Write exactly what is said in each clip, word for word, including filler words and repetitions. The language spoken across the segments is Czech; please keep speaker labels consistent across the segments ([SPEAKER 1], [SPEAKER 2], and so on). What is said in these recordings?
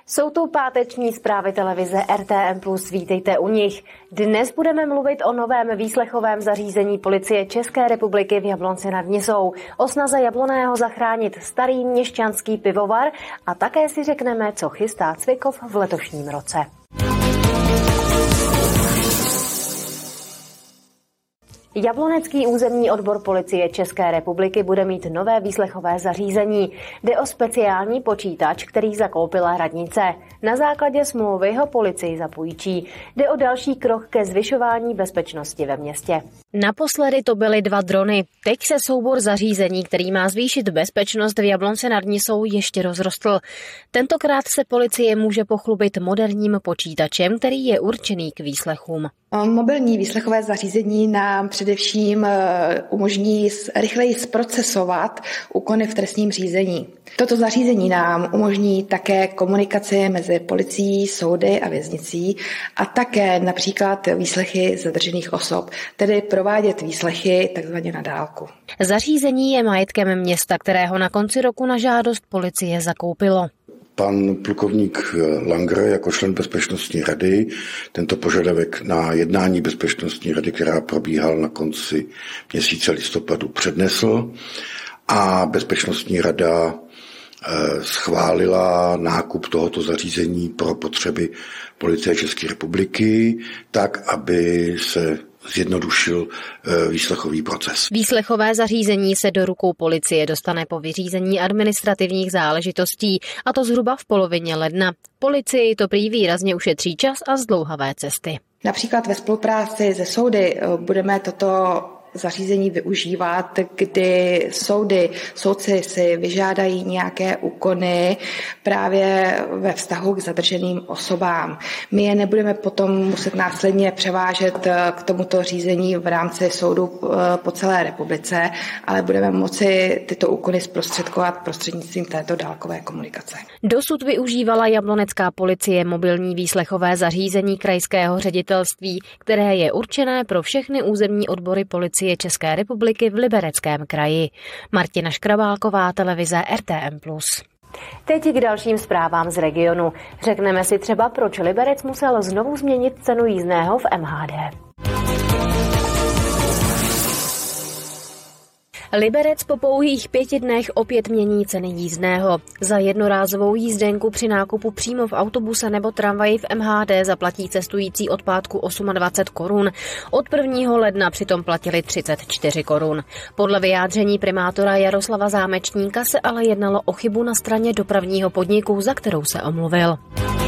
[SPEAKER 1] Jsou tu páteční zprávy televize R T M plus, vítejte u nich. Dnes budeme mluvit o novém výslechovém zařízení Policie České republiky v Jablonci nad Nisou, o snaze Jablonného zachránit starý měšťanský pivovar a také si řekneme, co chystá Cvikov v letošním roce. Jablonecký územní odbor Policie České republiky bude mít nové výslechové zařízení. Jde o speciální počítač, který zakoupila radnice. Na základě smlouvy ho policii zapůjčí. Jde o další krok ke zvyšování bezpečnosti ve městě. Naposledy to byly dva drony. Teď se soubor zařízení, který má zvýšit bezpečnost v Jablonci nad Nisou, ještě rozrostl. Tentokrát se policie může pochlubit moderním počítačem, který je určený k výslechům.
[SPEAKER 2] Mobilní výslechové zařízení nám především umožní rychleji zprocesovat úkony v trestním řízení. Toto zařízení nám umožní také komunikaci mezi policií, soudy a věznicí a také například výslechy zadržených osob, tedy provádět výslechy takzvaně na dálku.
[SPEAKER 1] Zařízení je majetkem města, kterého na konci roku na žádost policie zakoupilo.
[SPEAKER 3] Pan plukovník Langer jako člen bezpečnostní rady tento požadavek na jednání bezpečnostní rady, která probíhal na konci měsíce listopadu, přednesl a bezpečnostní rada schválila nákup tohoto zařízení pro potřeby Policie České republiky, tak, aby se zjednodušil výslechový proces.
[SPEAKER 1] Výslechové zařízení se do rukou policie dostane po vyřízení administrativních záležitostí, a to zhruba v polovině ledna. Policii to prý výrazně ušetří čas a zdlouhavé cesty.
[SPEAKER 2] Například ve spolupráci se soudy budeme toto zařízení využívat, kdy soudy, soudci si vyžádají nějaké úkony právě ve vztahu k zadrženým osobám. My je nebudeme potom muset následně převážet k tomuto řízení v rámci soudu po celé republice, ale budeme moci tyto úkony zprostředkovat prostřednictvím této dálkové komunikace.
[SPEAKER 1] Dosud využívala jablonecká policie mobilní výslechové zařízení krajského ředitelství, které je určené pro všechny územní odbory Policie České republiky v Libereckém kraji. Martina Škrabálková, televize R T M plus. Teď k dalším zprávám z regionu. Řekneme si třeba, proč Liberec musel znovu změnit cenu jízdného v M H D. Liberec po pouhých pěti dnech opět mění ceny jízdného. Za jednorázovou jízdenku při nákupu přímo v autobuse nebo tramvaji v M H D zaplatí cestující od pátku dvacet osm korun. Od prvního ledna přitom platili třicet čtyři korun. Podle vyjádření primátora Jaroslava Zámečníka se ale jednalo o chybu na straně dopravního podniku, za kterou se omluvil.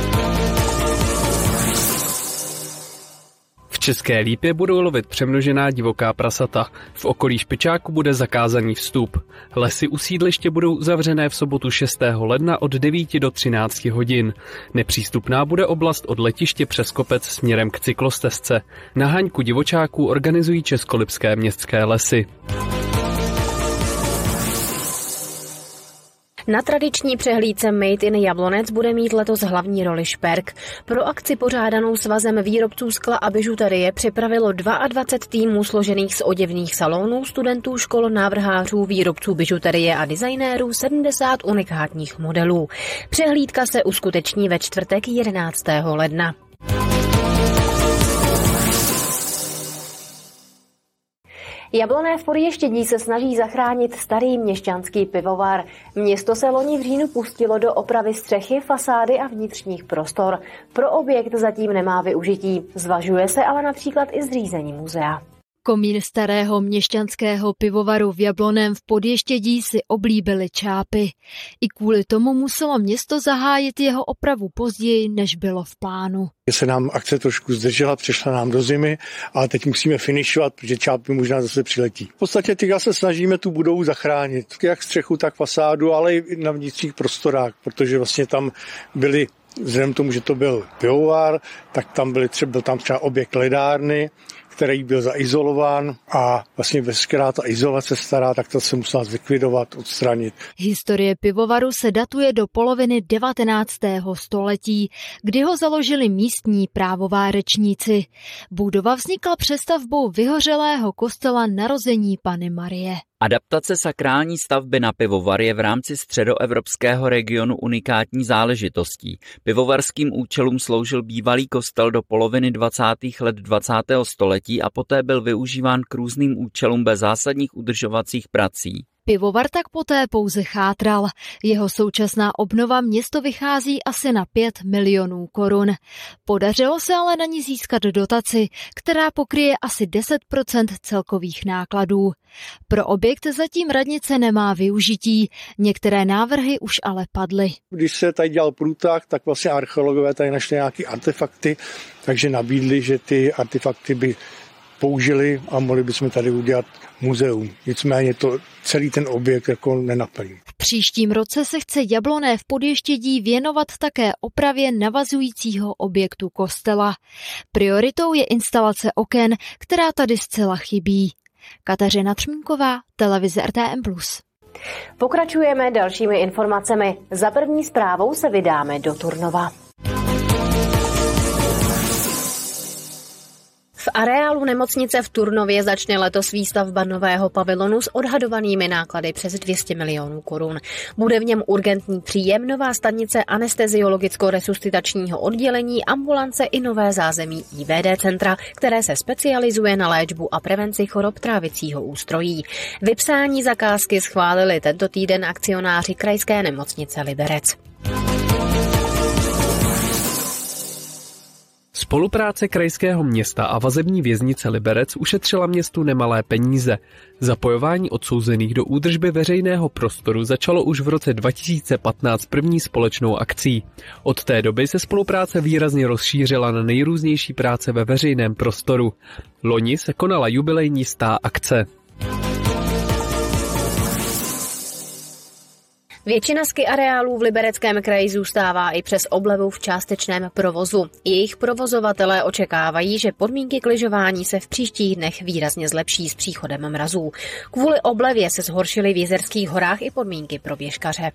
[SPEAKER 4] V České Lípě budou lovit přemnožená divoká prasata. V okolí Špičáku bude zakázaný vstup. Lesy u sídliště budou zavřené v sobotu šestého ledna od devíti do třinácti hodin. Nepřístupná bude oblast od letiště přes kopec směrem k cyklostezce. Na haňku divočáků organizují Českolipské městské lesy.
[SPEAKER 1] Na tradiční přehlídce Made in Jablonec bude mít letos hlavní roli Šperk. Pro akci pořádanou Svazem výrobců skla a bižuterie připravilo dvacet dva týmů složených z oděvných salonů, studentů škol, návrhářů, výrobců bižuterie a designérů sedmdesát unikátních modelů. Přehlídka se uskuteční ve čtvrtek jedenáctého ledna. Jablonné v Podještědí se snaží zachránit starý měšťanský pivovar. Město se loni v říjnu pustilo do opravy střechy, fasády a vnitřních prostor. Pro objekt zatím nemá využití. Zvažuje se ale například i zřízení muzea.
[SPEAKER 5] Komín starého měšťanského pivovaru v Jablonném v Podještědí si oblíbili čápy. I kvůli tomu muselo město zahájit jeho opravu později, než bylo v plánu.
[SPEAKER 6] Se nám akce trošku zdržela, přešla nám do zimy, ale teď musíme finišovat, protože čápy možná zase přiletí. V podstatě teď se snažíme tu budovu zachránit, jak střechu, tak fasádu, ale i na vnitřních prostorách, protože vlastně tam byly, vzhledem tomu, že to byl pivovar, tak tam byly třeba, byl tam třeba objekt ledárny, který byl zaizolován a vlastně veškerá ta izolace stará, tak to se musela zlikvidovat, odstranit.
[SPEAKER 5] Historie pivovaru se datuje do poloviny devatenáctého století, kdy ho založili místní právovárečníci. Budova vznikla přestavbou vyhořelého kostela Narození Panny Marie.
[SPEAKER 7] Adaptace sakrální stavby na pivovar je v rámci středoevropského regionu unikátní záležitostí. Pivovarským účelům sloužil bývalý kostel do poloviny dvacátých let dvacátého století a poté byl využíván k různým účelům bez zásadních udržovacích prací.
[SPEAKER 5] Pivovar tak poté pouze chátral. Jeho současná obnova město vychází asi na pět milionů korun. Podařilo se ale na ní získat dotaci, která pokryje asi deset procent celkových nákladů. Pro objekt zatím radnice nemá využití, některé návrhy už ale padly.
[SPEAKER 6] Když se tady dělal průtah, tak vlastně archeologové tady našli nějaké artefakty, takže nabídli, že ty artefakty by použili a mohli bychom tady udělat muzeum. Nicméně to celý ten objekt jako nenaplní.
[SPEAKER 5] V příštím roce se chce Jabloné v Podještědí věnovat také opravě navazujícího objektu kostela. Prioritou je instalace oken, která tady zcela chybí. Kateřina Třmínková, televize R T M plus.
[SPEAKER 1] Pokračujeme dalšími informacemi. Za první zprávou se vydáme do Turnova. V areálu nemocnice v Turnově začne letos výstavba nového pavilonu s odhadovanými náklady přes dvě stě milionů korun. Bude v něm urgentní příjem, nová stanice anesteziologicko-resuscitačního oddělení, ambulance i nové zázemí I V D centra, které se specializuje na léčbu a prevenci chorob trávicího ústrojí. Vypsání zakázky schválili tento týden akcionáři krajské nemocnice Liberec.
[SPEAKER 4] Spolupráce krajského města a vazební věznice Liberec ušetřila městu nemalé peníze. Zapojování odsouzených do údržby veřejného prostoru začalo už v roce dva tisíce patnáct první společnou akcí. Od té doby se spolupráce výrazně rozšířila na nejrůznější práce ve veřejném prostoru. Loni se konala jubilejní stá akce.
[SPEAKER 1] Většina ski areálů v Libereckém kraji zůstává i přes oblevu v částečném provozu. Jejich provozovatelé očekávají, že podmínky k lyžování se v příštích dnech výrazně zlepší s příchodem mrazů. Kvůli oblevě se zhoršily v Jizerských horách i podmínky pro běžkaře.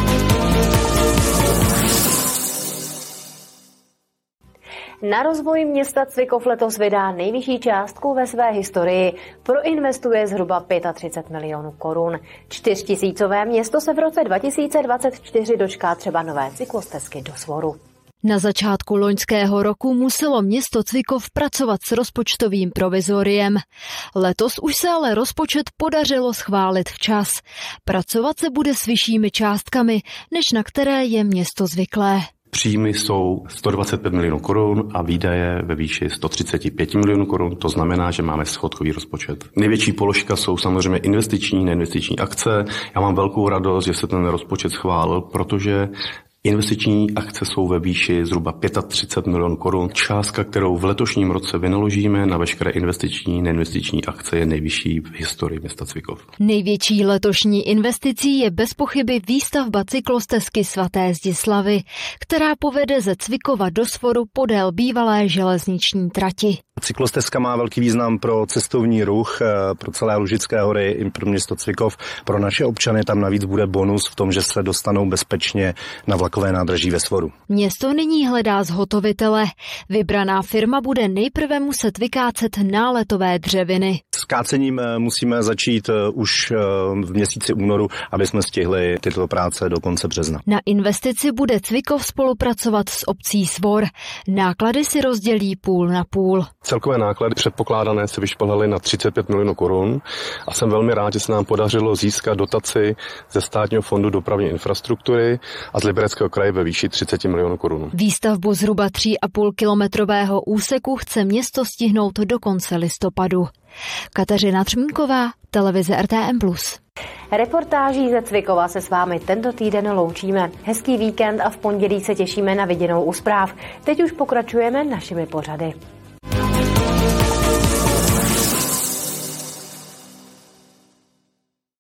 [SPEAKER 1] Na rozvoj města Cvikov letos vydá nejvyšší částku ve své historii. Proinvestuje zhruba třicet pět milionů korun. Čtyřtisícové město se v roce dva tisíce dvacet čtyři dočká třeba nové cyklostezky do Svoru.
[SPEAKER 5] Na začátku loňského roku muselo město Cvikov pracovat s rozpočtovým provizoriem. Letos už se ale rozpočet podařilo schválit včas. Pracovat se bude s vyššími částkami, než na které je město zvyklé.
[SPEAKER 8] Příjmy jsou sto dvacet pět milionů korun a výdaje ve výši sto třicet pět milionů korun, to znamená, že máme schodkový rozpočet. Největší položka jsou samozřejmě investiční, neinvestiční akce. Já mám velkou radost, že se ten rozpočet schválil, protože investiční akce jsou ve výši zhruba třicet pět milionů korun. Částka, kterou v letošním roce vynaložíme na veškeré investiční, neinvestiční akce, je nejvyšší v historii města Cvikov.
[SPEAKER 5] Největší letošní investicí je bez pochyby výstavba cyklostezky svaté Zdislavy, která povede ze Cvikova do Svoru podél bývalé železniční trati.
[SPEAKER 9] Cyklostezka má velký význam pro cestovní ruch, pro celé Lužické hory i pro město Cvikov. Pro naše občany tam navíc bude bonus v tom, že se dostanou bezpečně na vlakové nádraží ve Svoru.
[SPEAKER 5] Město nyní hledá zhotovitele. Vybraná firma bude nejprve muset vykácet náletové dřeviny.
[SPEAKER 9] S kácením musíme začít už v měsíci únoru, aby jsme stihli tyto práce do konce března.
[SPEAKER 5] Na investici bude Cvikov spolupracovat s obcí Svor. Náklady si rozdělí půl na půl.
[SPEAKER 8] Celkové náklady předpokládané se vyšplhaly na třicet pět milionů korun a jsem velmi rád, že se nám podařilo získat dotaci ze Státního fondu dopravní infrastruktury a z Libereckého kraje ve výši třicet milionů korun.
[SPEAKER 5] Výstavbu zhruba tři a půl kilometrového úseku chce město stihnout do konce listopadu. Kateřina Třmínková, televize R T M plus.
[SPEAKER 1] Reportáží ze Cvikova se s vámi tento týden loučíme. Hezký víkend a v pondělí se těšíme na viděnou u zpráv. Teď už pokračujeme našimi pořady.